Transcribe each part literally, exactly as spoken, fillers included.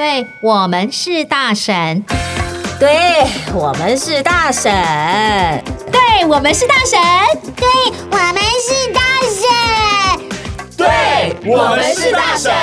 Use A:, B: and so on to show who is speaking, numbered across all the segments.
A: 对，我们是大神。
B: 对，我们是大神。
A: 对，我们是大神。
C: 对，我们是大神。
D: 对，我们是大神。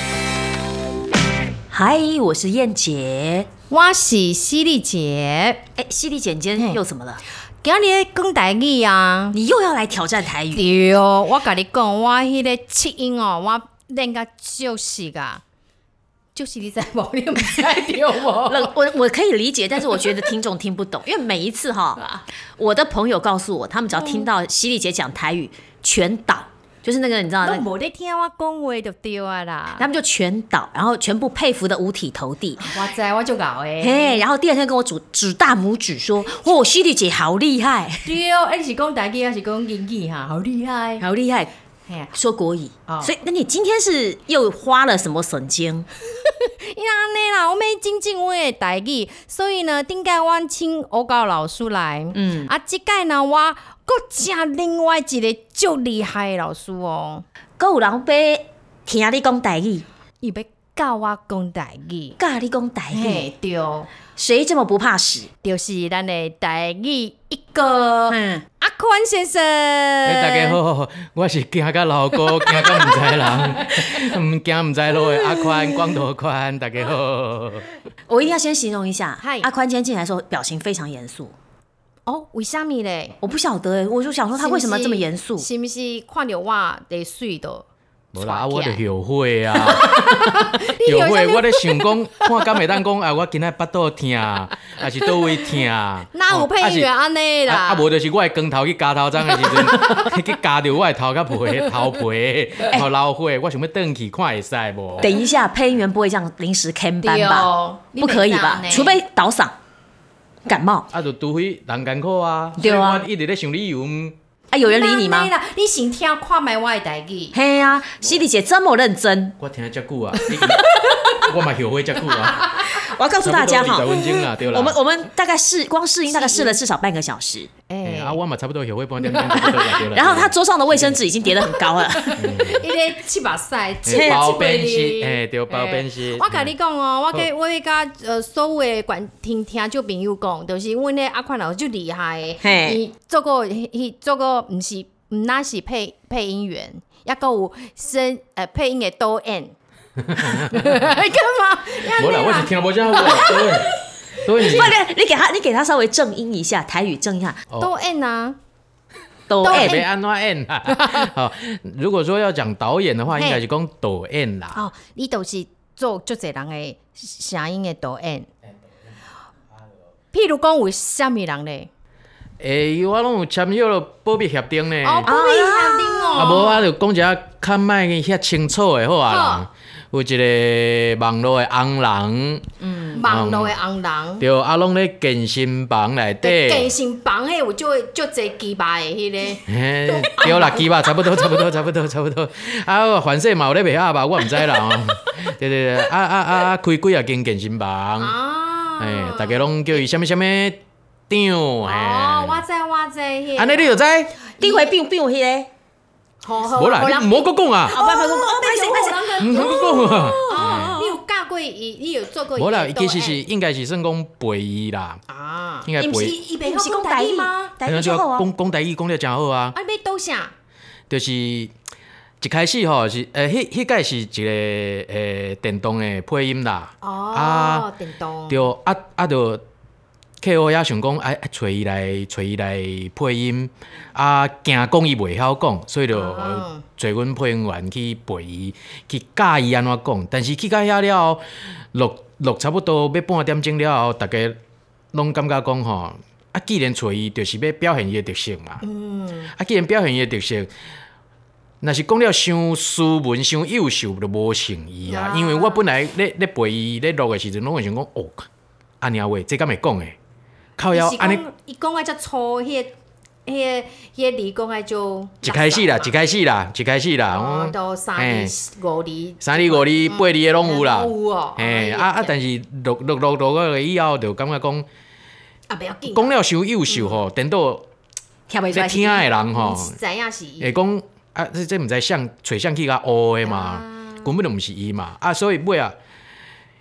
B: 嗨，我是燕姐。
A: 我是犀利姐。
B: 哎，犀利姐，你今天又怎么了？
A: 今日讲台语啊，
B: 你又要来挑战台语？
A: 对哦，我跟你讲，我迄个七音哦，我练到就是噶。就是你在无，你唔知对无？
B: 我我可以理解，但是我觉得听众听不懂，因为每一次哈，我的朋友告诉我，他们只要听到犀利姐讲台语，全倒，就是那个你知道，
A: 都无在听我讲话就对啊啦，
B: 他们就全倒，然后全部佩服的五体投地。
A: 我知，我就搞诶。
B: 嘿，然后第二天跟我指指大拇指说：“哦，犀利姐好厉害。”
A: 对哦，你是讲台语还是讲英语哈？好厉害，
B: 好厉害。说国语，哦、所以那你今天是又花了什么神经？
A: 因为安尼啦，我们精进我的台语，所以呢，顶届我请欧高老师来，嗯，啊，这届呢，我搁请另外一个足厉害的老师哦，
B: 搁有人要听你讲台语，
A: 伊要教我讲台语，
B: 教你讲台语，
A: 对。
B: 谁这么不怕死？
A: 就是咱的台语一哥，嗯，阿宽先生。
E: 欸、大家好，我是行到老高，行到唔知人，唔行唔知路的阿宽，光头宽，大家好。
B: 我一定要先形容一下，阿宽今天进来的时候表情非常严肃。
A: 哦，为什么嘞？
B: 我不晓得，我就想说他为什么这么严肃？
A: 是不是看到我的水都？
E: 无啦，我就后悔啊！后悔，我咧想讲，看敢会当讲啊，我今仔巴肚疼，还是倒位疼？
A: 哪有配音员安尼啦？
E: 啊，无就是我的光头去夹头章的时阵，去夹着我的头壳皮、头皮，好老火，我想要转去看会使无？
B: 等一下，配音员不会这样临时看班吧？不可以吧？除非倒嗓、感冒。
E: 啊，就除非人艰苦啊，
B: 对啊，
E: 我一直咧想理由。
B: 啊，有人理你吗？
A: 你先听看卖我的台语。
B: 嘿啊，犀利姐这么认真。
E: 我听了这久啊，我嘛后悔这久啊。
B: 我要告诉大家哈，
E: 我
B: 们我们大概试光试音大概试了至少半个小时。
E: 哎、欸，啊，我嘛差不多后悔半点钟。
B: 然后他桌上的卫生纸已经叠得很高了。
A: 伊咧七八岁，
E: 包边丝，哎，对，包边丝。
A: 我甲你讲哦，我给我甲呃所有的观听听众朋友讲，就是阮咧阿宽老师就厉害的，伊做过伊做过，毋是毋那是配配音员，也个有声呃配音的导演。干嘛？
E: 无啦，我是听无这好。
B: 不然你给他，你给他稍微正音一下，台语正一下。
A: 导演啊，
E: 导演别安怎演啦。好，如果说要讲导演的话，应该是讲导演啦。
A: 哦，你都是做足侪人的声音的导演。譬如讲，有啥物人咧？
E: 诶，我拢有签约了保密协定呢。
A: 哦，保密协定哦。
E: 啊，无我就讲一下，较莫遐清楚的好啊啦。有一个网络的红人，
A: 嗯，网络的红人，
E: 对，啊，拢咧健身房内底。
A: 健身房迄有就就侪鸡巴的迄个。
E: 对啦，鸡巴差不多，差不多，差不多，差不多。啊，反正嘛有咧卖鸭吧，我唔知啦。哦，对对对，啊啊啊，开几啊间健身房。啊。哎，大家拢叫伊什么什么长。
A: 哦，我知我知。
E: 安尼你就知？
B: 顶回变变迄个。
E: 无啦，你唔好搁讲啊！
B: 哦，拜拜讲，哦，歹势歹势，
E: 唔好搁讲啊！
A: 哦，你有教过伊，你有做过？
E: 无啦，其实是应该是算讲陪伊啦。啊，应该陪。
B: 伊伊是讲台语吗？台语就好啊。
E: 讲讲台语讲得真好啊！
A: 啊，要倒啥？
E: 就是一开始吼是，诶，迄迄届是一个诶电动的配音啦。
A: 哦，电动。
E: 对，啊啊，就。K O 也想讲，哎，找伊来，找伊来配音，啊，惊讲伊袂晓讲，所以就找阮配音员去陪伊，去教伊安怎讲。但是去到遐了后，录录差不多要半点钟了后，大家拢感觉讲吼，啊，既然找伊，就是要表现伊的特色嘛。嗯。啊，既然表现伊的特色，若是讲了伤斯文、伤幼秀，就无像伊啊。因为我本来咧咧陪伊咧录的时阵，拢会想讲，哦，安尼话，这敢会讲诶？靠腰安尼，
A: 伊讲啊，遮粗，迄个、迄个、迄个字讲啊，就
E: 一开始啦，一开始啦，一开始啦，
A: 哦，都三字、五字、
E: 三字、五字、八字的拢有啦，
A: 有哦。
E: 嘿，啊啊，但是录录录录个以后，就感觉讲，
A: 啊，不要紧，
E: 讲了伤幼秀吼，等到在听的人吼，
A: 知影是伊，
E: 会讲啊，这这毋知相找相去甲学的嘛，根本就毋是伊嘛，啊，所以尾啊。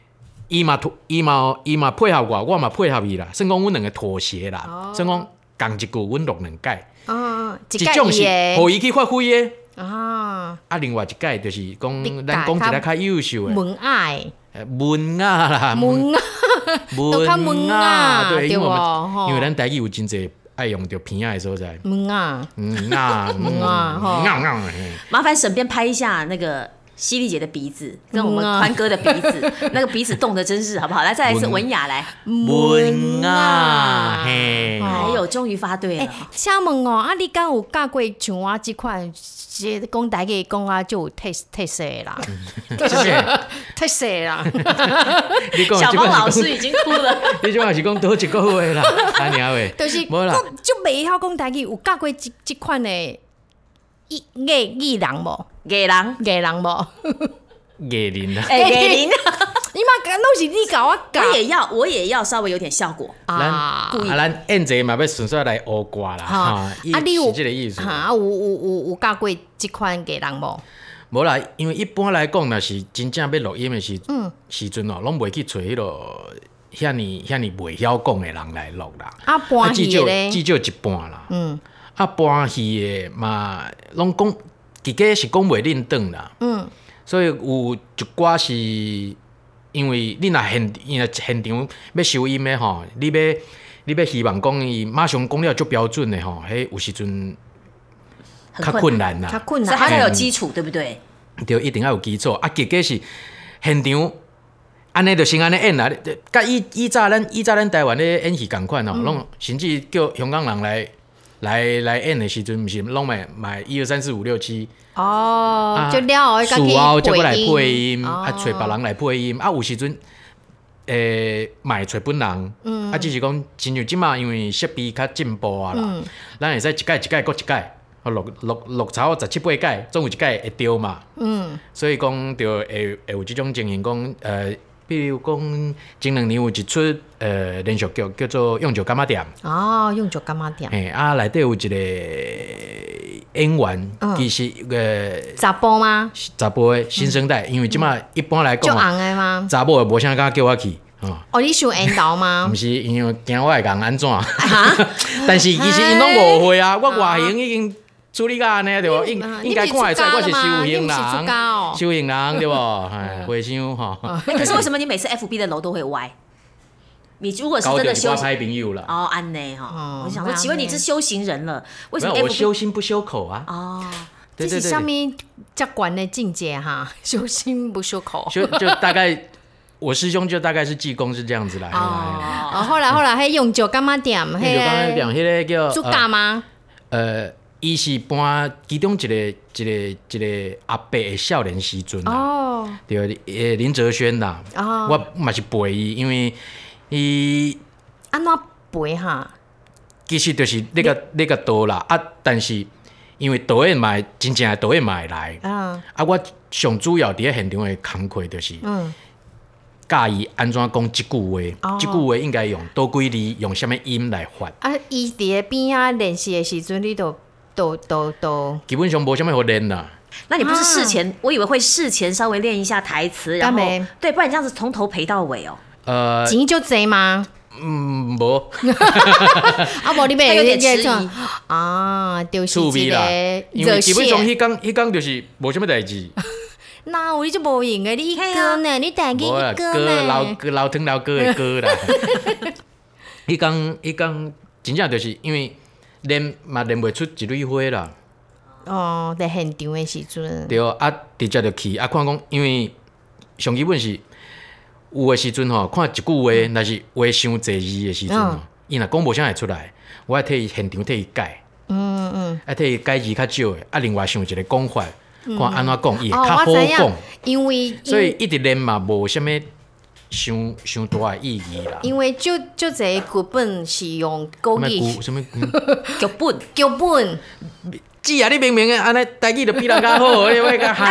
E: 伊嘛伊嘛伊嘛配合我，我嘛配合伊啦，算讲阮两个妥协啦，
A: 哦
E: 算讲共一句阮录两届，
A: 啊，
E: 一种是互伊去发挥的，
A: 啊，
E: 啊，另外一届就是讲
A: 你
E: 咱讲一个较优秀的。
A: 文爱，
E: 文雅啦，
A: 文啊，都较文雅，
E: 对，因为我
A: 哦
E: 们因为咱台语有真侪爱用到片仔的所在，
A: 文啊，
E: 嗯啊，
A: 文啊，吼，
E: 嗯啊，
B: 麻烦沈编拍一下那个犀利姐的鼻子，跟我们宽哥的鼻子，那个鼻子动的真是好不好？来，再来一次文雅来，
E: 文啊，嘿，
B: 哎呦，终于发对了。
A: 请问哦，啊，你敢有教过像我即款，即讲台语讲啊，就有特特色的啦，
E: 谢谢。
A: 特色的啦，
E: 你讲
B: 小芳老师已经哭了。
E: 你种也是讲多一个月啦，安尼喂，
A: 就是
E: 无啦，
A: 就袂晓讲台语，有教过即即款的艺艺艺人无？
B: 艺人，
A: 艺人无？
E: 艺人啦，
B: 哎，艺人，
A: 你嘛拢是你教我教
B: 我也要，我也要稍微有点效果。
E: 咱
A: 啊
E: 啊，咱演者嘛要顺续来学歌啦，
A: 哈
E: 哈，
A: 啊，你有
E: 是这个意思。
A: 哈，有有有有教过即款艺人无？
E: 无啦，因为一般来讲，若是真正要录音的时，嗯、时阵哦，拢袂去找迄落遐尼遐尼袂晓讲的人来录啦。
A: 啊，搬戏
E: 至少
A: 的咧，
E: 至少一半啦。
A: 嗯，
E: 啊，搬戏的嘛，拢讲，自己是讲袂认得啦。
A: 嗯，
E: 所以有一寡是因为你若现，因为现场要收音的吼，你要你要希望讲伊马上讲了足标准的吼，迄有时阵较困难啦。
A: 较困难，
B: 所以他
A: 啊
B: 要有基础，对不对？
E: 对，一定要有基础。啊，结果是现场，安尼就先安尼演啦。甲以以早咱以早咱台湾咧演戏共款吼，拢、甚至叫香港人来来来演的时阵，毋是拢买买一二三四五六七。
A: 哦，就了后，
E: 事后才过来配音，
A: 哦
E: 啊，找别人来配音。啊，有时阵，诶、买找本人，啊，只是讲，亲像即马因为设备较进步啊啦，咱会使一届一届搁一届。录录录槽十七八届，总有一届会对嘛。嗯，所以讲就会会有即种情形，讲呃，比如讲前两年有一出呃连续剧叫做《永久干妈店》。
A: 哦，用做干嘛点？
E: 嘿，啊，内底有一个演员，
A: 嗯
E: 其实呃
A: 查甫吗？
E: 查甫的新生代，因为即马一般来
A: 就
E: 讲啊，
A: 红的吗？
E: 查某的无啥敢叫我去。哦，
A: 哦，你想缘投吗
E: 毋？是因为惊我会共安怎，但是其实因拢误会啊，我外形已经处理甲安尼对无？应
A: 啊
E: 应该看会出我是修行
A: 你不是出家哦
E: 人，修行人对无？哎，会伤吼。
B: 哎可是为什么你每次 F B 的楼都会歪？你如果是
E: 搞
B: 真的修
E: 点瓜拍朋友啦。
B: 哦，安内哈，
A: 哦
B: 我想说，
A: 那
B: 请问你是修行人了，为什么
E: 没有，我
B: F B
E: 修心不修口啊。
B: 哦？
E: 对对对
A: 这是下面较悬的境界哈，修心不修口。
E: 就就大概我师兄就大概是济公是这样子来的。
A: 哦，后来后来还用酒干嘛点？
E: 就刚才讲迄个叫
A: 猪嘎吗？
E: 呃，伊是搬其中一个一个一个阿伯的少年时阵啦。
A: 哦，
E: 对，诶，林哲轩啦，
A: 哦
E: 我嘛是陪伊，因为伊
A: 安怎陪哈？
E: 其实就是那个那个导啦啊，但是因为导演嘛，真正的导演嘛会来，
A: 嗯
E: 啊，我上主要伫咧现场的工课就是
A: 嗯，
E: 教伊安怎讲即句话，
A: 哦
E: 即句话应该用多几字，用什么音来发，
A: 啊，伊伫咧边仔练习的时阵，你都都都都，
E: 基本上无什么好练啦。
B: 那你不是事
A: 啊
B: 前？我以为会事前稍微练一下台词，然后
A: 干没
B: 对，不然你这样子从头陪到尾哦。
E: 呃，
A: 钱就济吗？
E: 嗯，无，
A: 啊，无你
B: 他
A: 袂
B: 有点迟疑
A: 这种啊，就是一
E: 趣味啦
A: 个，
E: 因为基本上
A: 热
E: 迄工迄工就是无什么代志。
A: 哪有你就无用的？你一
B: 嘿啊
A: 哥呢？你带去
E: 无啦，
A: 一哥
E: 歌老
A: 呢？
E: 歌老汤老歌的歌啦。迄工迄工真正就是因为练嘛练袂出一蕊花啦。
A: 哦，在现场的时阵，
E: 对啊，直接就去啊，看讲，因为上基本是有的时阵吼，看一句话，若是话伤侪字的时阵吼，伊若讲无啥会出来，我爱替伊现场替伊改，
A: 嗯嗯。
E: 爱替伊改字较少的，啊，另外想一个讲法，看安怎讲，伊会
A: 哦，
E: 较好
A: 我知影
E: 讲，，
A: 因为
E: 所以一直练嘛，无啥物伤伤大的意义啦。
A: 因为就就这个剧本是用
E: 什么
A: 国语
E: 句什么？
B: 剧本
A: 剧本，
E: 姊啊，你明明安尼台语就比人较好，你要甲
B: 那
E: 嗨。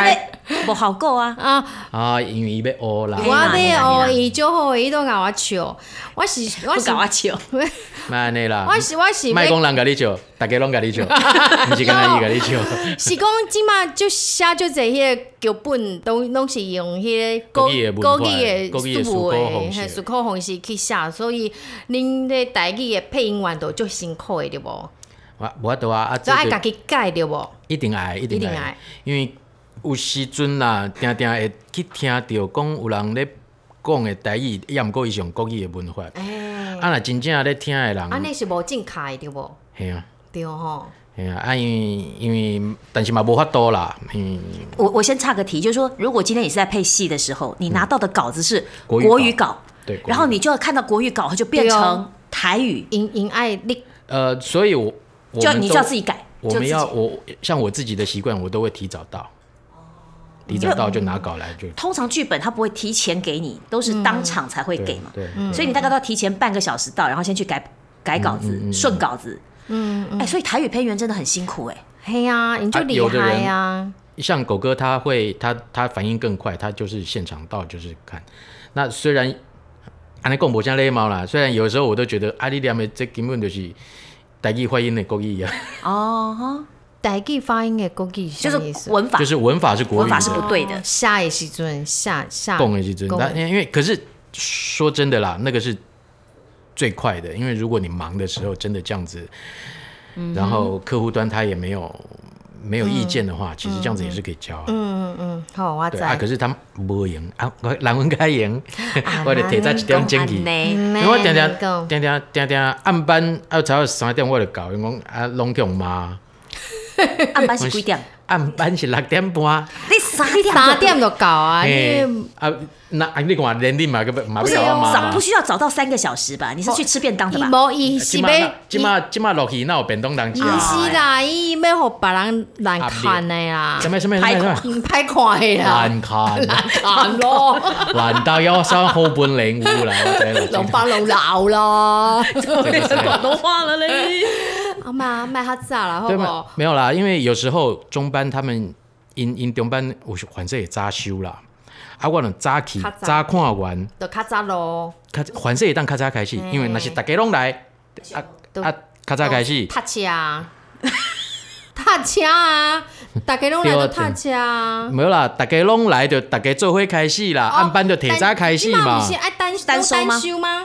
B: 不好够啊！
A: 啊，
E: 啊，因为伊要学啦，
A: 我
B: 嘿啦
A: 咧学伊就好，伊都甲我笑。我是我
B: 不
A: 是
B: 搞我笑，
E: 莫安尼啦。
A: 我是我是要
E: 莫讲人甲你笑，大家拢甲你笑，毋是干伊甲你笑。
A: 是讲即马就写就这迄个剧本，都拢是用迄个
E: 国语的文化
A: 国语
E: 国语
A: 的字母
E: 的思考方
A: 的
E: 式
A: 思考方式去写，所以恁咧台语的配音员都足辛苦的对无？
E: 我无法度啊，啊，
A: 所以爱
E: 这个
A: 家己改对无？
E: 一定爱，一定爱
A: 一定爱，
E: 因为有时阵啦，定定会去听到讲有人咧讲的台语，也毋过伊是用国语的文法。
A: 哎，
E: 啊，若真正咧听的人，
A: 安尼是无正确的对无？
E: 嘿啊，
A: 对吼。
E: 嘿啊，啊，因为因为，但是嘛无法度啦，嗯，
B: 我我先插个题，就是说，如果今天你是在配戏的时候，你拿到的稿子是
E: 国语稿
B: 国语稿，
E: 对，国语
B: 然后你就要看到国语稿，它就变
A: 对哦
B: 成台语，
A: 因因爱你
E: 呃，所以我我们都
B: 就要你就要自己改，
E: 我
B: 就自己
E: 们要我像我自己的习惯，我都会提早到，提早到就拿稿来就。
B: 通常剧本它不会提前给你，都是当场才会给嘛，
E: 对，
B: 所以你大概都要提前半个小时到，然后先去改改稿子、顺稿子。嗯嗯，哎，所以台语配音员真的很辛苦哎。
A: 嘿呀，你就
E: 啊
A: 厉
E: 有的人
A: 害呀。
E: 像狗哥他会他他反应更快，他就是现场到就是看。那虽然安尼讲无啥礼貌啦，虽然有时候我都觉得啊，你念的这根本就是台语发音的国语啊，
B: 哦哈，
A: 台语发音的国语
B: 就
A: 什么意思？
B: 是文法
E: 就是文法是国语的，
B: 文法是不对的。
A: 写的时阵写写
E: 讲的时阵，
A: 讲
E: 但因为可是说真的啦，那个是最快的，因为如果你忙的时候真的这样子，然后客户端他也没有没有意见的话，其实这样子也是可以教啊。
A: 嗯嗯，好，我知
E: 对。啊，可是他无赢啊，我人文较赢，我就提早一点进去。因
A: 嗯
E: 为我定定
A: 讲
E: 定定定定暗班啊，差不多三点我就到，因讲啊，拢去骂。
B: 暗班是几点？
E: 暗班是六点半。
B: 你三点
A: 三点就到啊，
E: 嘿
A: 你
E: 啊，那啊你看连你嘛个嘛
B: 不是
E: 要搞我骂
B: 早不需要早到三个小时吧？你是去吃便当的
A: 伊
B: 吧？
A: 无伊是
E: 即
A: 要
E: 马即马即马落去哪有便当通吃
A: 伊
E: 啊？
A: 是啦，伊要互别人难看的啦
E: 什，么什么什么什么？
A: 嗯歹看的啦，
E: 难看，
A: 看咯，
E: 难道有啥好本领有啦？我知啦。
A: 龙帮龙老咯，
B: 变成广东话了嘞。
A: 啊妈卖较早啦，好
E: 对吗
A: 不好？？
E: 没有啦，因为有时候中班他们因因中班有时反正也早休啦，啊，我呢早起
A: 较早
E: 早看完，
A: 就较早咯，
E: 较反正会当较早开始，因为那是大家拢来，啊
A: 都
E: 啊较早开始，
A: 踏车啊，踏车啊，大家拢来就踏车啊。
E: 没有啦，大家拢来就大家做伙开始啦，按班就提早开始嘛
A: 你不，是爱单
B: 单收吗
A: 单休吗？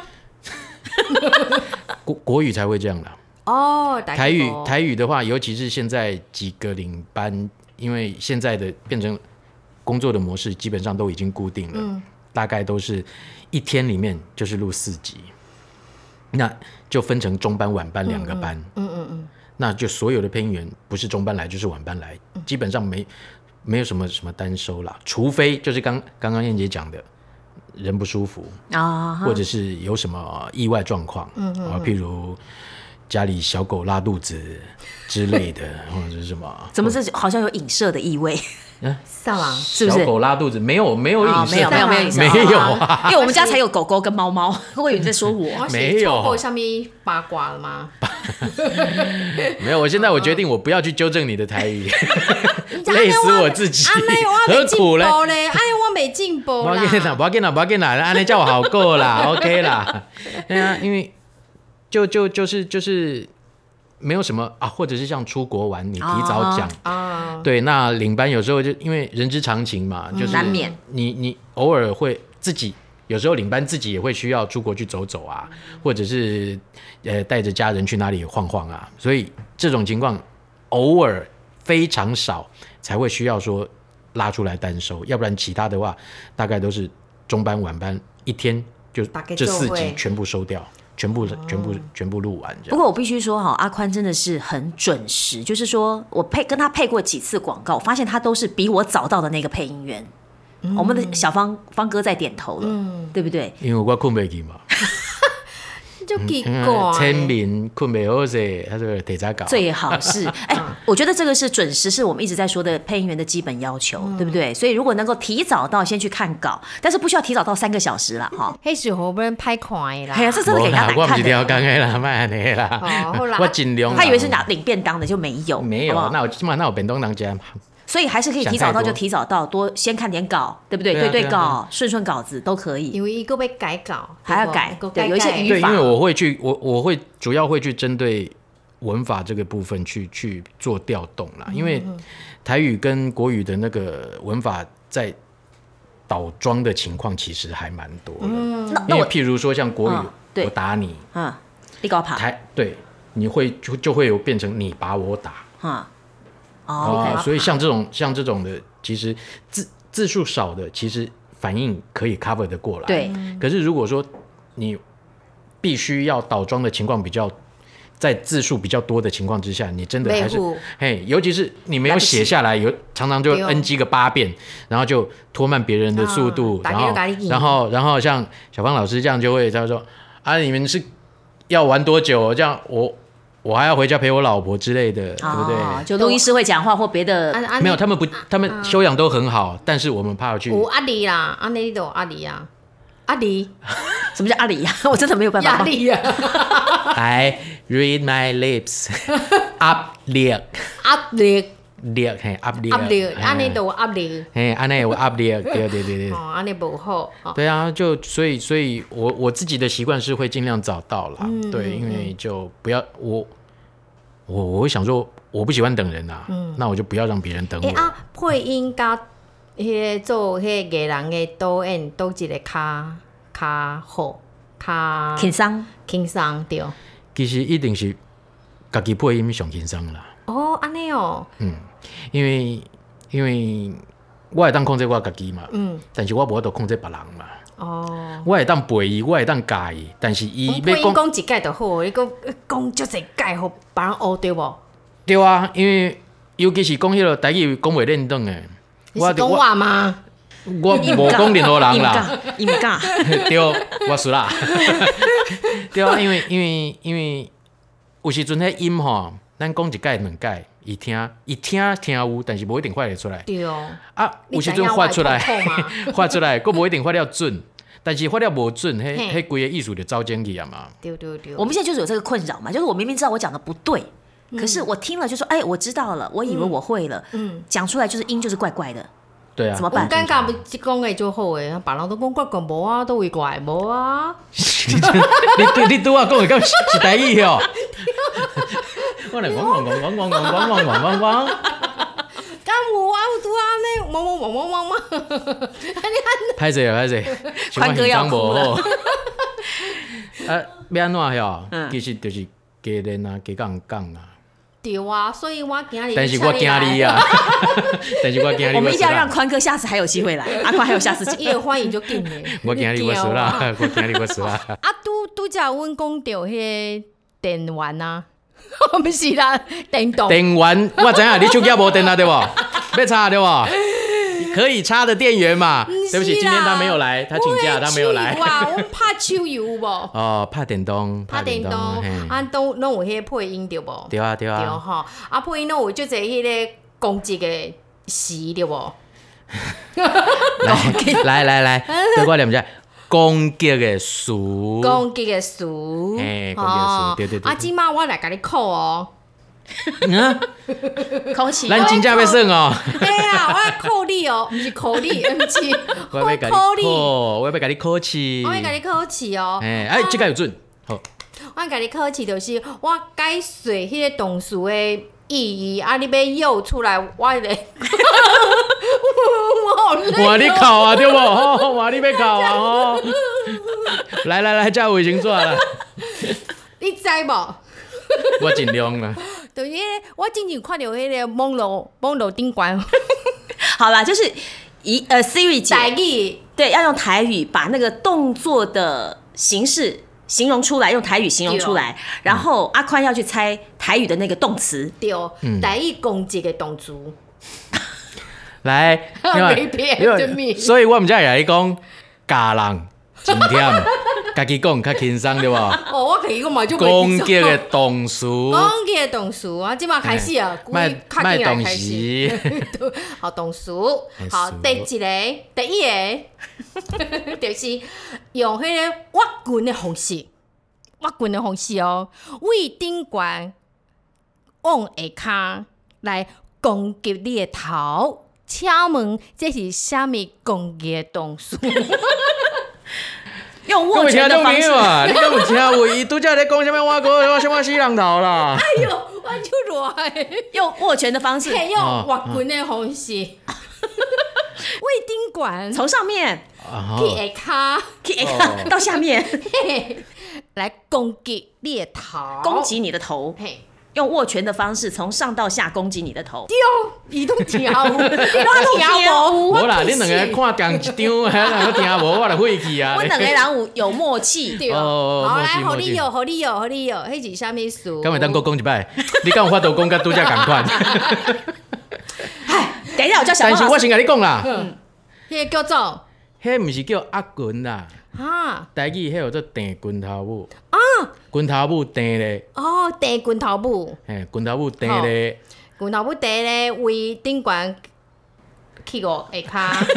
E: 国国语才会这样啦。
A: 哦，大家
E: 台语
A: 都
E: 台语的话，尤其是现在几个领班，因为现在的变成工作的模式，基本上都已经固定了，
A: 嗯
E: 大概都是一天里面就是录四集，那就分成中班、晚班两个班，
A: 嗯嗯嗯，
E: 那就所有的配音员不是中班来就是晚班来，基本上没没有什么什么单收啦，除非就是刚刚刚燕姐讲的。人不舒服，
B: 啊，
E: 或者是有什么意外状况，
A: 嗯
E: 啊，譬如家里小狗拉肚子之类的，或者是什么？
B: 怎么这好像有影射的意味？
A: 上网
B: 是不是
E: 小狗拉肚子没有没有
B: 啊
E: 影射，
B: 没有没有没有影射
E: 没有啊，
B: 因为我们家才有狗狗跟猫猫，我以为你在说我。
E: 没有
A: 过下面八卦了吗？
E: 没有。我现在我决定我不要去纠正你的台语，累死我自己，
A: 安尼我
E: 何
A: 没进
E: 苦嘞？
A: 步嘞，安尼我没进步
E: 不要
A: 啦。
E: 紧啦，不要紧啦，不要紧啦，安尼叫我好过啦，OK 啦。对啊，因为就就就是就是没有什么啊，或者是像出国玩，你提早讲。
A: 啊，
E: 对，那领班有时候就因为人之常情嘛，就是
B: 难免
E: 你你偶尔会自己，有时候领班自己也会需要出国去走走啊，或者是呃带着家人去哪里晃晃啊，所以这种情况偶尔非常少才会需要说拉出来单收，要不然其他的话大概都是中班晚班一天就
A: 大概
E: 这四
A: 就会
E: 集全部收掉。全部全部全部录完这样。
B: 不过我必须说哈，阿宽真的是很准时，就是说我配跟他配过几次广告，我发现他都是比我早到的那个配音员。
A: 嗯
B: 我们的小方方哥在点头了，对不对？
E: 因为我困不起嘛，
A: 就奇
E: 嗯
A: 怪。
E: 签名困不好势，他说提早搞。
B: 最好是，哎、我觉得这个是准时，是我们一直在说的配音员的基本要求，对不对？所以如果能够提早到，先去看稿，但是不需要提早到三个小时了哈。
A: 迄时候不能歹看的啦。
B: 哎呀，这真的给人家难
E: 我不
B: 看的。
E: 是调工的啦，卖安尼啦。
A: 哦好啦
E: 我尽量啦。
B: 他以为是拿领便当的，就没有，
E: 没有
B: 好不好，
E: 那我起码那有便当人吃。
B: 所以还是可以提早到就提早到，多先看点稿，对不对？对对稿，顺顺稿子都可以。
A: 因为一个被改稿，
B: 还要改，对，有一些语
E: 法。对，因为我会去，我我会主要会去针对文法这个部分去去做调动啦。因为台语跟国语的那个文法在倒装的情况其实还蛮多的。嗯，因为譬如说像国语，嗯、我打你，
B: 嗯，你搞跑，
E: 台对，你会就就会有变成你把我打，嗯。哦， oh, 所以像这种像这种的，其实字字数少的，其实反应可以 cover 得过来。
B: 对。
E: 可是如果说你必须要倒装的情况比较，在字数比较多的情况之下，你真的还是嘿，尤其是你没有写下来，有常常就 N G 个八遍，然后就拖慢别人的速度，
A: 啊、
E: 然后然后然后像小芳老师这样就会他说啊，你们是要玩多久？这样我。我还要回家陪我老婆之类的，哦、对不对？
B: 就录音师会讲话或别的，
A: 啊、
E: 没有，他们不，他们修养都很好，啊、但是我们怕去。
A: 有阿里啦，阿里都阿里啊，阿里，
B: 什么叫阿里呀？我真的没有办法。
A: 压力啊！
E: 来 ，read my lips， up 力
A: ，up 力。
E: 力嘿，压力，
A: 压力，安尼都有压力，
E: 嘿，安尼有压力，对对对对，
A: 哦，安尼不好，
E: 对啊，就所以所以我我自己的习惯是会尽量早到啦，嗯、对，因为就不要我我我会想说我不喜欢等人啊，嗯、那我就不要让别人等我。
A: 欸、啊，配音加迄个做迄个艺人的导演，倒一个较较好，较
B: 轻松
A: 轻松对。
E: 其实一定是家己配音上轻松啦。
A: 哦，安尼哦。
E: 嗯，因为因为我会当控制我家己嘛，嗯，但是我无法度控制别人嘛。哦，我会当陪伊，我会当教伊，但是伊要
A: 讲讲一解就好，你讲讲足侪解，互别人学对无？
E: 对啊，因为尤其是讲迄个台语讲袂认得诶。
A: 你是讲我吗？
E: 我无讲任何人啦，
B: 伊唔敢，
E: 对，我输啦。对啊，因为因为因为有时阵迄音吼。咱讲一解两解，伊听伊听听有，但是无一定发得出来。
A: 对哦。
E: 啊，有时阵发出来，发出来，佫无一定发了准，但是发了无准，迄迄规个艺术就走进去啊嘛。
A: 对对对。
B: 我们现在就是有这个困扰嘛，就是我明明知道我讲的不对，嗯、可是我听了就说，哎、欸，我知道了，我以为我会了，嗯，讲出来就是音就是怪怪的。
E: 对啊。
B: 怎么办？
A: 尴尬不讲的就好诶，别人都讲怪怪无啊，都会怪无啊。
E: 你你拄我讲的敢是台语哦？我来汪汪汪汪汪汪汪汪汪汪汪，
A: 敢有啊？有拄安尼汪汪汪汪汪汪，
E: 歹势啊歹势，
B: 宽哥要哭了。
E: 啊，要安怎哟？其实就是加练啊，加讲讲啊。
A: 对啊，所以我今日。
E: 但是我惊你啊！但是我惊你。
B: 我们一定要让宽哥下次还有机会来，阿宽还有下次机会。
A: 伊会欢迎就紧嘞。
E: 我惊你我输啦，我惊你我输啦。
A: 啊，拄拄则阮讲到迄个电源啊。不是啦，电动。
E: 电源，我知影你手机无电啊，对不？要插对不？可以插的电源嘛。对不起，今天他没有来，他请假，他没有来。
A: 哇，我拍手游无？
E: 哦，拍电动，
A: 拍电动，啊，都拢有迄配音对无？
E: 对啊，对啊。
A: 对吼，啊，配音拢有足侪迄个攻击的词对无？
E: 来来来，对我念一下。攻击的词，
A: 攻击的词，
E: 哎，攻击的词，对对对。
A: 啊，即马我来甲你考哦，
B: 考试，
E: 咱真正要算哦。
A: 对啊，我要考你哦，不是考你，不是，
E: 我要甲你考，我要甲你考试，
A: 我要甲你考试哦。
E: 哎，哎，这个有准，好。
A: 我甲你考试就是我解说迄个动词的意义，啊，你要诱出来，我咧。我好累、哦。
E: 我你考啊，对不？哦，我你要考啊，哦。来来来，叫卫生纸啦。
A: 你知无？
E: 我尽量啦。
A: 就是我之前看到迄个网络网络顶关。
B: 好啦，就是一呃 Siri 姐，
A: 台语
B: 对，要用台语把那个动作的形式形容出来，用台语形容出来，然后阿宽要去猜台语的那个动词。
A: 对，嗯、台语攻击的动词。
E: 来，所以我们才会来讲教人真忝，家己讲较轻松对吧？
A: 哦，我家己讲嘛就
E: 攻击的动词，
A: 攻击的动词啊，即马开始啊，
E: 卖卖动词，
A: 好动词，好第一个第一个就是用迄个挖棍的方式，挖棍的方式哦，为顶悬往下骹来。 攻击你的头，请问这是啥物攻击的动词？
B: 用握拳的方式
E: 啊！你敢有听有伊拄则咧讲什么？我哥我什么死人头啦？
A: 哎呦，我就热的，
B: 用握拳的方式，
A: 用握拳的方式，胃顶管
B: 从上面
A: 去下
B: 骹，到下面
A: 来攻击你的头，
B: 攻击你的头。用握拳的方式从上到下攻击你的头。
A: 对，伊都听有，我听无。
E: 无啦，恁两个看同一张，还两个听无，我就废去啊。
B: 阮两个人有有默契。
A: 对，好来，互你有，互你有，互你有，迄是啥物事？
E: 敢会当讲一摆？你敢有法度讲甲拄则共款？
B: 唉，等一下我叫小
E: 但是我先甲你讲啦，
A: 迄个叫做，
E: 迄毋是叫压拳啦。
A: 哈，
E: 台语迄叫做掟拳頭舞啊，拳頭舞掟咧，
A: 哦，掟拳頭舞，
E: 嘿，拳頭舞掟咧，
A: 拳頭舞掟咧，為頂懸去個下骹，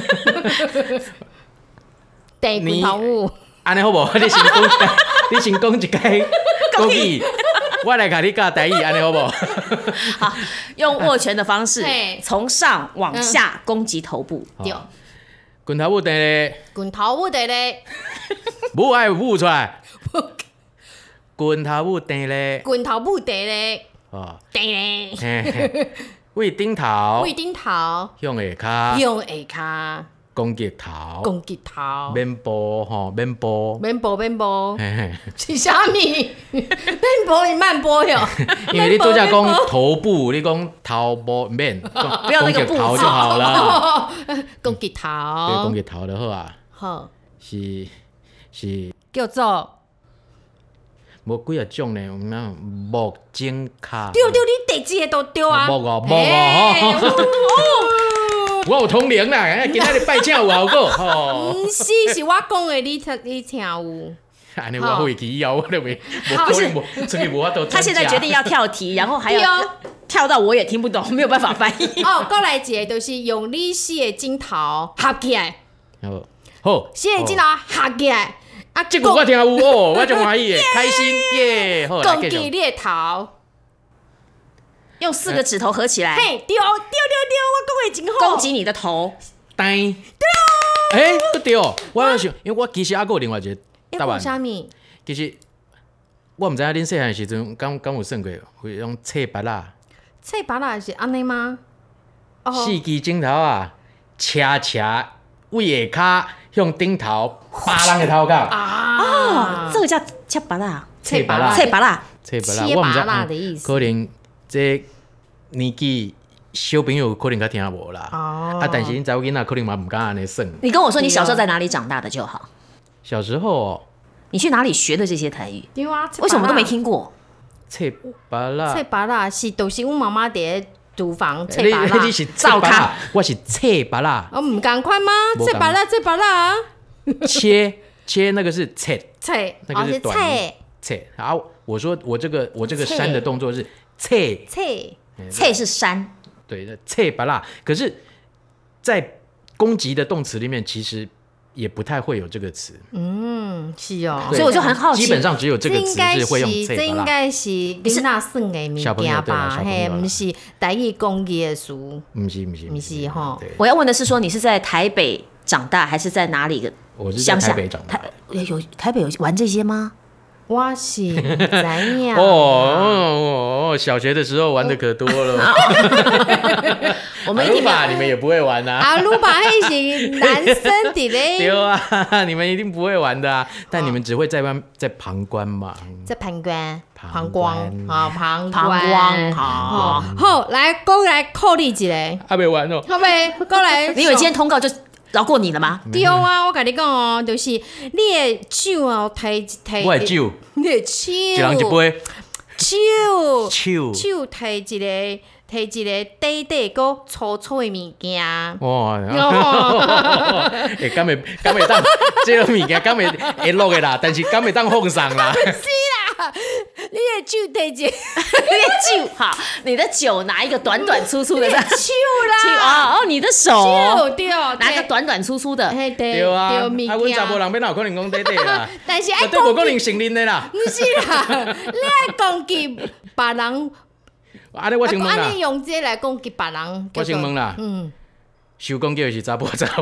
A: 掟拳頭舞，
E: 安尼好無？你先講，你先講一解國語，我來甲你教台語，安尼好無？
B: 好，用握拳的方式，從上往下攻擊頭部。
A: 對。
E: 拳頭舞掟咧，
A: 拳頭舞掟咧，
E: 舞愛舞出來。拳頭舞掟咧，
A: 拳頭舞掟咧，
E: 哦，
A: 掟咧，
E: 為頂頭，
A: 為頂頭，
E: 向下骹，
A: 向下骹，
E: 攻擊頭，
A: 攻擊頭，
E: 免步吼，免步，
A: 免步免步，
E: 嘿嘿，
A: 是啥物？免步是慢步喲。
E: 因為你拄則講頭部，你講頭部免，
B: 不要那個步
E: 頭就好啦。
A: 攻擊頭，
E: 對，攻擊頭就好啊。
A: 好，
E: 是是，
A: 叫做。
E: 無幾啊種呢？有咩木剪卡？
A: 對對，你第一個都對啊。
E: 木哦木哦吼！我有通靈啦，今仔日拜請有效果吼。
A: 唔是，是我講的，你你聽有。
E: 安尼我會記以後我都袂，無可能無，出去無法度。
B: 他現在決定要跳題，然後還要跳到我也聽不懂，沒有辦法翻譯。
A: 哦，過來一個就是用你四個鏡頭合起來。
E: 好，好。
A: 四個鏡頭合起來。啊，
E: 這個我聽有哦，我就歡喜嘅，開心耶！好，
A: 攻擊你的頭，
B: 用四個指頭合起來。
A: 嘿，對對對對，我講的真好。
B: 攻擊你的頭。
E: 呆。對哦。誒，都對哦。我想，因為我其實還有另外一個答案。
A: 啥物？
E: 其實我毋知影恁細漢時陣敢敢有算過，會用切巴拉。
A: 切巴拉是安尼嗎？
E: 四支鏡頭啊，斜斜為下骹向頂頭扒人個頭殼。
B: 啊，這個叫切巴拉。
A: 切巴拉。
B: 切巴拉。
E: 切巴拉。
A: 切巴拉的意思。
E: 可能這年紀小朋友可能較聽無啦。哦。啊，但是恁查某囡仔可能嘛唔敢安尼算。
B: 你跟我說你小時候在哪裡長大的就好。
E: 小時候哦。
B: 你去哪裡學的這些台語？
A: 對啊，
B: 為什麼都沒聽過？
E: 切巴拉。
A: 切巴拉是都是阮媽媽佇廚房切巴拉。
E: 你是照卡，我是切巴拉。
A: 我唔同款嗎？切巴拉，切巴拉。
E: 切切那個是切，
A: 切，
E: 那個是短音。切，然後我說我這個我這個山的動作是切。
A: 切，
B: 切是山。
E: 對，切巴拉。可是，在攻擊的動詞裡面，其實也不太會有這個詞。
A: 嗯，是哦。
B: 所以我就很好奇，
E: 基本上只有這個詞是會用切巴拉。
A: 這應該是囡仔算的物件吧？嘿，不是台語攻擊的詞。
E: 不是不是
A: 不是哈。
B: 我要問的是說，你是在台北長大，還是在哪裡的？
E: 我是在台北長大。
B: 有台北有玩這些嗎？
A: 我是唔知影。
E: 哦哦哦！小學的時候玩的可多了。
B: 我們一定
E: 吧，你們也不會玩啊。
A: 阿魯巴迄是男生的嘞。
E: 對啊，你們一定不會玩的啊。但你們只會在外在旁觀嘛。
A: 在旁觀，旁觀啊，旁
B: 旁觀好。
A: 好，來，過來考你一個。
E: 還沒玩哦。
A: 好未？過來。
B: 你以為今天通告就饒過你了嗎？
A: 對啊，我跟你講哦，就是你的手哦，提提。
E: 我的手。
A: 你的手。
E: 一人一杯。
A: 手。
E: 手。
A: 手提一個。摕一個短短個粗粗的物件。
E: 哇！誒，敢會敢會當這個物件敢會會落的啦，但是敢會當放上啦。
A: 是啦，你的手摕一，你
B: 的手好，你的酒拿一個短短粗粗的。
A: 手啦。
B: 哦哦，你的手。
A: 手對，
B: 拿個短短粗粗的。
E: 對啊，啊，阮查某人邊哪有可能講短短啦？
A: 但是愛
E: 講，絕對無可能承認的啦。
A: 唔是啦，你愛攻擊別人。
E: 安尼我先问啦
A: 安尼，用这来攻击别人，
E: 我先问啦，
A: 嗯，
E: 收攻击的是查甫查某？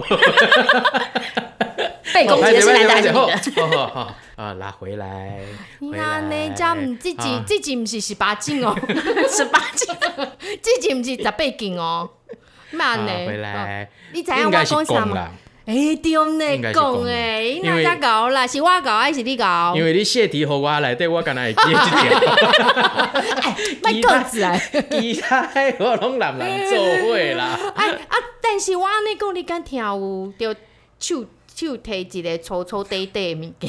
B: 被攻击的是男的还是女的？
E: 好好好，啊，拉回来，
A: 你
E: 回来
A: 看呢，这唔这集这集唔是十八斤哦，
B: 十八斤，
A: 这集唔是十八斤哦，慢呢，
E: 回来，
A: 你知影我讲啥吗？哎，对呢，讲诶，你哪只搞啦？是我搞还是你搞？
E: 因为你泄题互我内底，我敢若会记这条。
A: 哎，卖个子啊！
E: 其他我拢男人做伙啦。
A: 哎啊，但是我安尼讲，你敢听有？就手手摕一个粗粗短短的物件。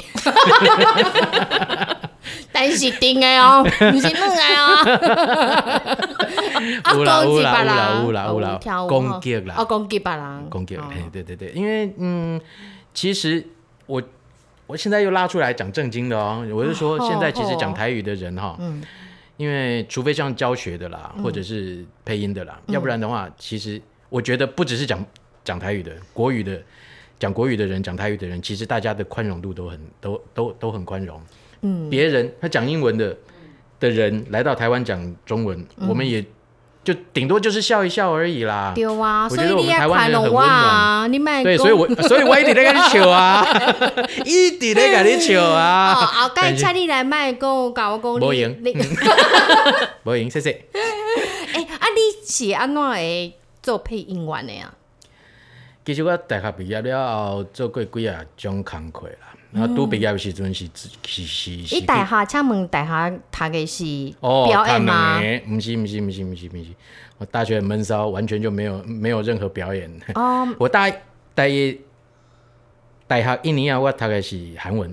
A: 但是定的哦，不是软的哦。
E: 有啦有啦有啦有啦有啦，攻击啦，
A: 哦攻击别人，
E: 攻击，嘿，对对对，因为嗯，其实我我现在又拉出来讲正经的哦，我是说现在其实讲台语的人哈，因为除非像教学的啦，或者是配音的啦，要不然的话，其实我觉得不只是讲讲台语的，国语的讲国语的人，讲台语的人，其实大家的宽容度都很都都都很宽容。嗯，别人他讲英文的的人来到台湾讲中文，我们也就顶多就是笑一笑而已啦。
A: 对啊，
E: 我觉得我们
A: 所以你要
E: 台湾人很
A: 宽容我
E: 温暖。
A: 啊，你卖
E: 对，所以我所以我一直在跟你笑啊，一直在跟你笑啊。
A: 哦，后盖请你来卖讲，甲我讲你。
E: 无用
A: 你
E: 无用，谢谢。
A: 哎，啊，你是安怎会做配音员的啊？
E: 其实我大学毕业了后做过几啊种工课啦，然后拄毕业的时阵是是是是。
A: 你大学请问大学读的是
E: 哦，
A: 表演吗？
E: 不是不是不是不是不是，我大学很闷骚，完全就没有没有任何表演。
A: 哦，
E: 我大大一大学一年啊，我读的是韩文。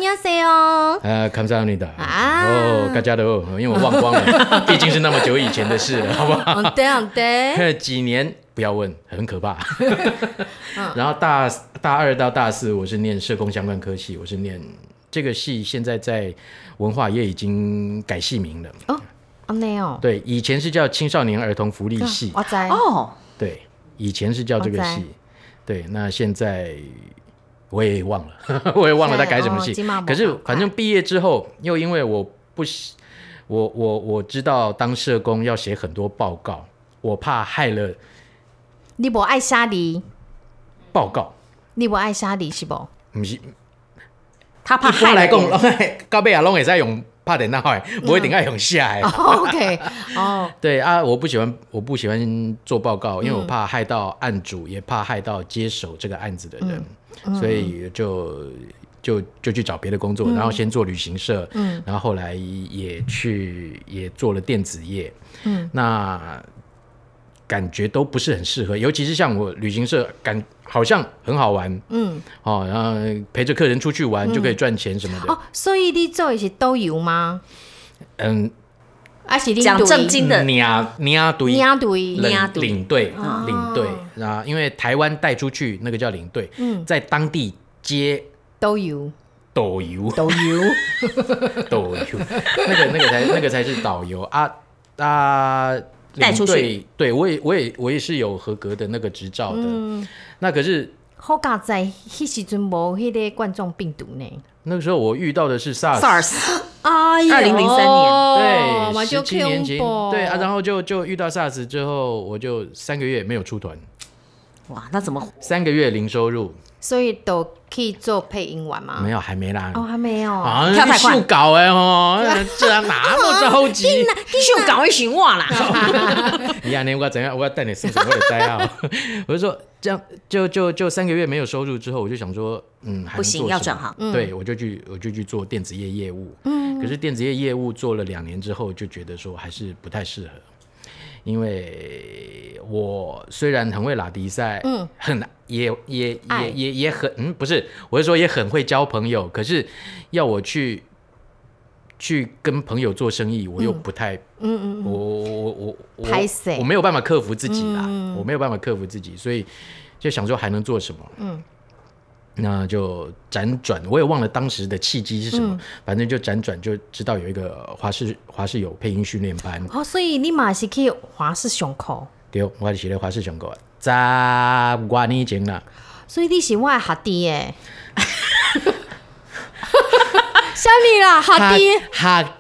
A: 안녕하세요。
E: 呃，감사합니다。
A: 啊，
E: 哦，大家都，因为我忘光了，毕竟是那么久以前的事了，好不好？
A: 对啊对。
E: 几年不要问，很可怕。然后大大二到大四，我是念社工相关科系，我是念这个系，现在在文化业已经改系名了。
A: 哦，安尼哦。
E: 对，以前是叫青少年儿童福利系。
A: 我知。
B: 哦，
E: 对，以前是叫这个系。对，那现在。我也忘了，我也忘了他改什么系。可是反正毕业之后，又因为我不，我我我知道当社工要写很多报告，我怕害了。
A: 你不爱写字？
E: 报告。
A: 你不爱写字是不？
E: 不是，
B: 他怕害
E: 了。一般来讲，到尾啊，拢会使用拍电脑的，不一定要用写的。
A: OK， 哦，
E: 对啊，我不喜欢，我不喜欢做报告，因为我怕害到案主，也怕害到接手这个案子的人。嗯所以就就就去找别的工作，嗯、然后先做旅行社，嗯、然后后来也去也做了电子业，嗯、那感觉都不是很适合，尤其是像我旅行社，感好像很好玩，嗯，哦，然后陪着客人出去玩、嗯、就可以赚钱什么的。
A: 哦，所以你做的是导游吗？
E: 嗯。
A: 啊，是
B: 讲正经的，
E: 领领队，
A: 领队，
E: 领队，领队。然后因为台湾带出去那个叫领队，嗯、在当地接
A: 导游，
E: 导游，
A: 导游，
E: 导游，那个那个才那个才是导游啊啊！
B: 带出去，
E: 对我也我也我也是有合格的那个执照的。嗯、那可是
A: 好佳在迄时阵无迄个冠状病毒呢。
E: 那个时候我遇到的是 SARS。
B: SARS。
A: 哎呀，
B: 二零零三年，
E: 对，十七年前，对啊，然后就就遇到 SARS 之后，我就三个月没有出团。
B: 哇，那怎么？
E: 三个月零收入。
A: 所以都可以做配音员吗？
E: 没有，还没啦。
A: 哦，还没有。
E: 啊，跳太快。秀稿哎吼，这那么着急，
B: 秀稿一寻我啦。
E: 你安尼我怎样？我要带你生什么的灾啊？我就说这样，就就就三个月没有收入之后，我就想说，嗯，
B: 不行，要转行。
E: 对，我就去我就去做电子业业务。嗯。可是电子业业务做了两年之后，就觉得说还是不太适合。因为我虽然很会拉迪赛，嗯，很也也也也也很嗯，不是，我是说也很会交朋友，可是要我去去跟朋友做生意，我又不太，嗯嗯，我我我我我没有办法克服自己啦，嗯、我没有办法克服自己，所以就想说还能做什么，嗯。那就辗转，我也忘了当时的契机是什么，嗯、反正就辗转就知道有一个华视华视有配音训练班。
A: 哦，所以你嘛是去华视上课？
E: 对，我是咧华视上课，十多年前啦。
A: 所以你是我的学弟耶？什么啦，学弟？
E: 学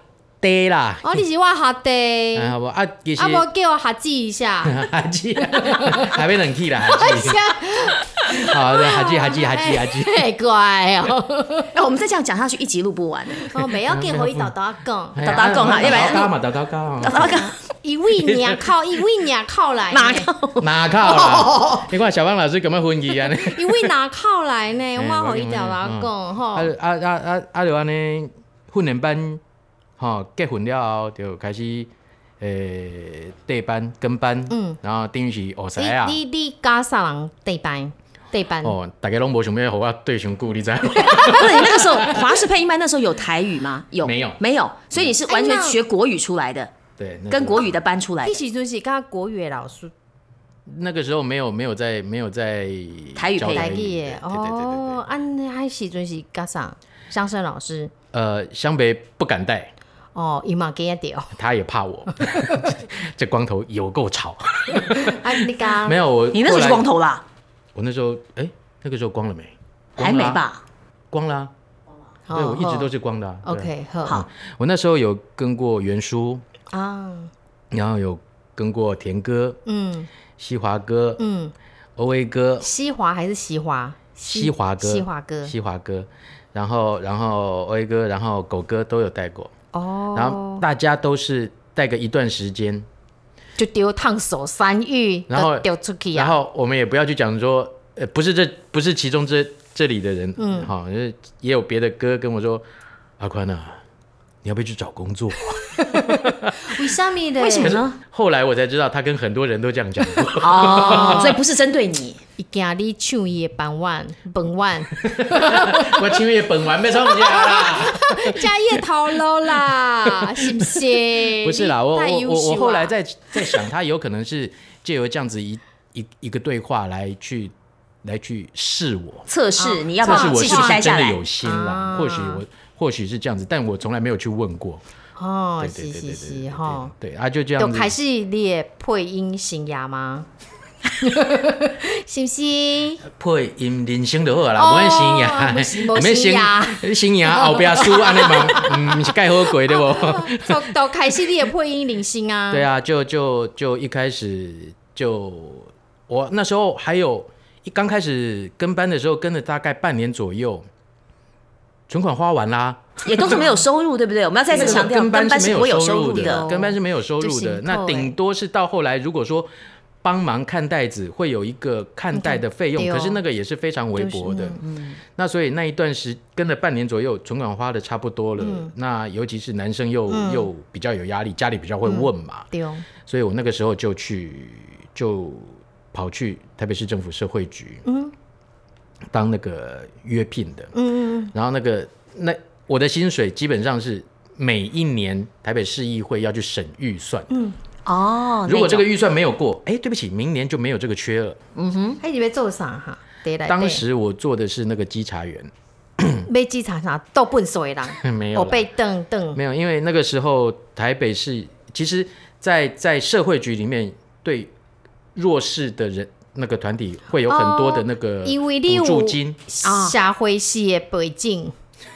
E: 弟啦。
A: 哦，你是我学弟，
E: 啊，无啊，其实
A: 啊，无叫我学姊一下。
E: 学姊，还没冷气啦，学姊。好的，学姊，学姊，学姊，学姊。
A: 太乖哦！
B: 哎，我们再这样讲下去，一集录不完。
A: 哦，没要跟我一豆豆讲，
B: 豆豆讲哈，要不然
E: 豆豆嘛，豆豆讲，
B: 豆豆讲，
A: 一位娘靠，一位娘靠来，
B: 哪靠？
E: 哪靠啦？你看小芳老师咁样分析啊？
A: 一位哪靠来呢？我冇一豆豆讲吼。
E: 啊啊啊啊啊！就安尼训练班，吼结婚了后就开始诶带班跟班，嗯，然后等于是学师啊。
A: 你你加啥人带班？带班
E: 哦，大家拢无想要和我对上久，你知道？
B: 不是你那个时候华视配音班那时候有台语吗？有
E: 没有？
B: 没有，所以你是完全学国语出来的。
E: 对，
B: 跟国语的班出来的。
A: 你时阵是跟国语的老师？
E: 那个时候没有没有在没有在
B: 台语配
A: 台语
E: 耶。
A: 哦，啊，那时阵是跟啥？相声老师。
E: 呃，湘北不敢带。
A: 哦，伊嘛给掉，
E: 他也怕我，这光头有够吵。
A: 啊，你刚
E: 没有我，
B: 你那时候是光头啦？
E: 我那时候，哎、欸，那个时候光了没？
B: 光还没吧？
E: 光啦、啊，对我一直都是光的、啊。
A: OK， 好、
E: 嗯，我那时候有跟过袁叔
A: 啊，
E: 然后有跟过田哥，
A: 嗯，
E: 西华哥，
A: 嗯，
E: 欧威哥，
A: 西华还是西华？
E: 西华哥，
A: 西华哥，
E: 西华哥，然后然后欧威哥，然后狗哥都有带过。
A: 哦，
E: 然后大家都是带个一段时间，
A: 就丢烫手山芋，
E: 然后
A: 丢出去啊。
E: 然后我们也不要去讲说，呃，不是这不是其中这这里的人，嗯，好，就是也有别的哥跟我说，阿宽啊，你要不要去找工作？
A: 为什么的？
B: 为什么呢？
E: 后来我才知道，他跟很多人都这样讲过。
B: 哦，所以不是针对你。
A: 伊惊你抢伊的饭碗，饭碗。
E: 我抢伊的饭碗要创啥啦？
A: 家业逃漏啦，是不是？
E: 不是啦，我我我我后来在在想，他有可能是借由这样子一一一个对话来去来去试我
B: 测试，你要不要继续待下来？
E: 真的有心啦，或许我或许是这样子，但我从来没有去问过。
A: 哦，是是是哈，
E: 对啊，就这样子。
A: 就开始你的配音生涯吗？是不是？
E: 配音人生就好啦，无生涯，
A: 无生涯，
E: 生涯后边输安尼嘛，唔是盖好过对不？
A: 就都开始你的配音人生啊。
E: 对啊，就就就一开始就我那时候还有一刚开始跟班的时候，跟了大概半年左右。存款花完啦，
B: 也都是没有收入，对不对？我们要再次强调，跟班是不会有收入的，
E: 跟班是没有收入的。那顶多是到后来，如果说帮忙看袋子，会有一个看袋的费用，可是那个也是非常微薄的。嗯，那所以那一段时跟了半年左右，存款花的差不多了。嗯、那尤其是男生又、嗯、又比较有压力，家里比较会问嘛。对、嗯。所以我那个时候就去就跑去台北市政府社会局。嗯。当那个约聘的，嗯，然后那个那我的薪水基本上是每一年台北市议会要去审预算，嗯，
B: 哦，
E: 如果这个预算没有过，哎，对不起，明年就没有这个缺了，
A: 嗯哼，哎，你要做啥哈？
E: 当时我做的是那个稽查员，
A: 被稽查啥都笨水啦，
E: 没有，
A: 我被瞪瞪，
E: 没有，因为那个时候台北市其实在，在在社会局里面对弱势的人。那个团体会有很多的那个补助金，
A: 社会系的背景，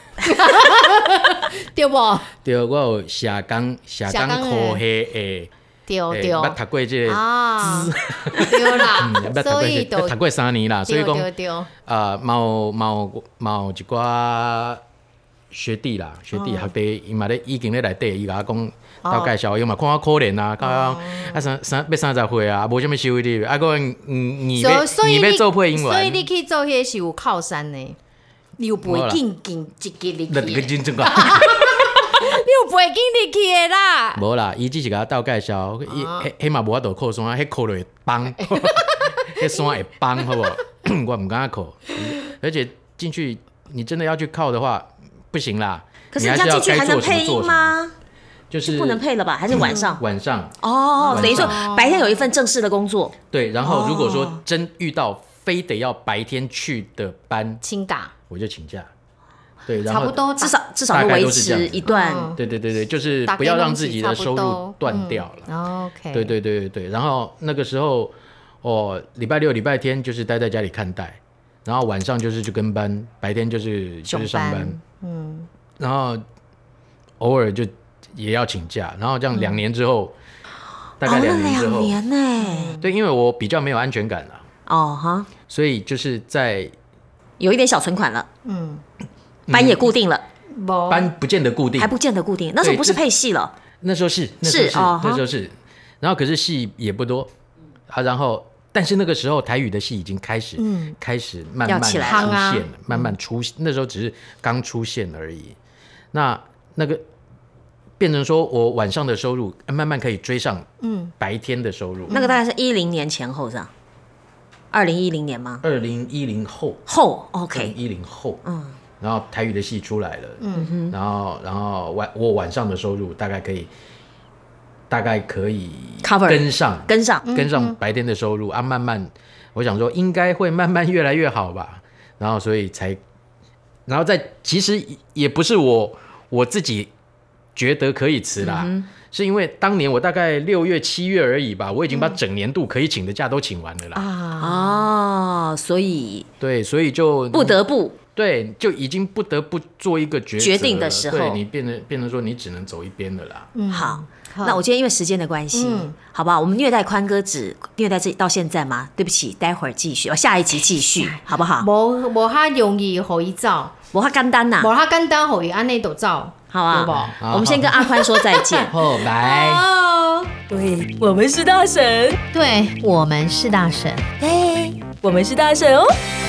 A: 对不？
E: 对，我有社工社工科系的，
A: 对对，
E: 捌读过这个
A: 啊，对啦，所以
E: 都读过三年啦，所以
A: 讲
E: 啊，冇冇冇一寡学弟啦，学弟学弟，伊嘛咧已经咧来底，伊甲我讲。到介绍，伊嘛看我可怜啊，讲啊三三要三十岁啊，无啥物收入，啊个你要你要做配音员，
A: 所以你去做迄是有靠山呢，你又不会紧紧一个入去，你又不会紧入去的啦。
E: 无啦，伊只是甲我倒介绍，伊迄迄嘛无法度靠山，迄靠落会崩，迄山会崩，好不好？我唔敢靠，而且进去你真的要去靠的话，不行啦。
B: 可是人家进去还能配音吗？
E: 就是
B: 不能配了吧？还是晚上？
E: 嗯、晚上
B: 哦，等于说白天有一份正式的工作。
E: 对，然后如果说真遇到非得要白天去的班，
A: 请假，
E: 我就请假。对，
A: 差不多，
B: 至少至少会维持一段。
E: 对对对对，就是不要让自己的收入断掉了。
A: 嗯、OK。
E: 对对对对对，然后那个时候，哦，礼拜六、礼拜天就是待在家里看待，然后晚上就是去跟班，白天就是就是上班。嗯，然后偶尔就。 也要请假，然后这样两年之后，嗯、大概
B: 两
E: 年之后，
B: 两年呢、
E: 欸？对，因为我比较没有安全感了。
B: 哦哈，
E: 所以就是在
B: 有一点小存款了，嗯，班也固定了，
E: 嗯、班不见得固定，
B: 还不见得固定，那时候不是配戏了，
E: 那时候是，那时候是，
B: 哦、
E: 那时候是，然后可是戏也不多啊，然后但是那个时候台语的戏已经开始，嗯，开始慢慢出现了，
B: 啊、
E: 慢慢出，那时候只是刚出现而已，那那个变成说我晚上的收入慢慢可以追上，嗯，白天的收入，
B: 那个大概是一零年前后是吧？二零一零年吗？
E: 二零一零后
B: 后 ，OK，
E: 一零后，嗯，然后台语的戏出来了，嗯哼，然后然后晚我晚上的收入大概可以，大概可以
B: cover
E: 跟上
B: 跟上
E: 跟上白天的收入啊，慢慢，我想说应该会慢慢越来越好吧，然后所以才，然后再其实也不是我我自己觉得可以辞啦。嗯，是因为当年我大概六月七月而已吧，我已经把整年度可以请的假都请完了啦。
B: 啊，哦，所以
E: 对，所以就
B: 不得不
E: 对，就已经不得不做一个决
B: 决定的时候，
E: 对你变成变成说你只能走一边了啦。
B: 嗯，好，那我今天因为时间的关系，嗯、好不好？我们虐待宽哥只虐待这到现在吗？对不起，待会儿继续，下一集继续，好不好？
A: 无无哈容易互伊走，
B: 无哈简单呐，
A: 无哈简单互伊安尼就走。
B: 好啊，我们先跟阿宽说再见。
E: 好，拜。
F: 对，我们是大神。
A: 对，我们是大神。
F: 嘿，我们是大神哦。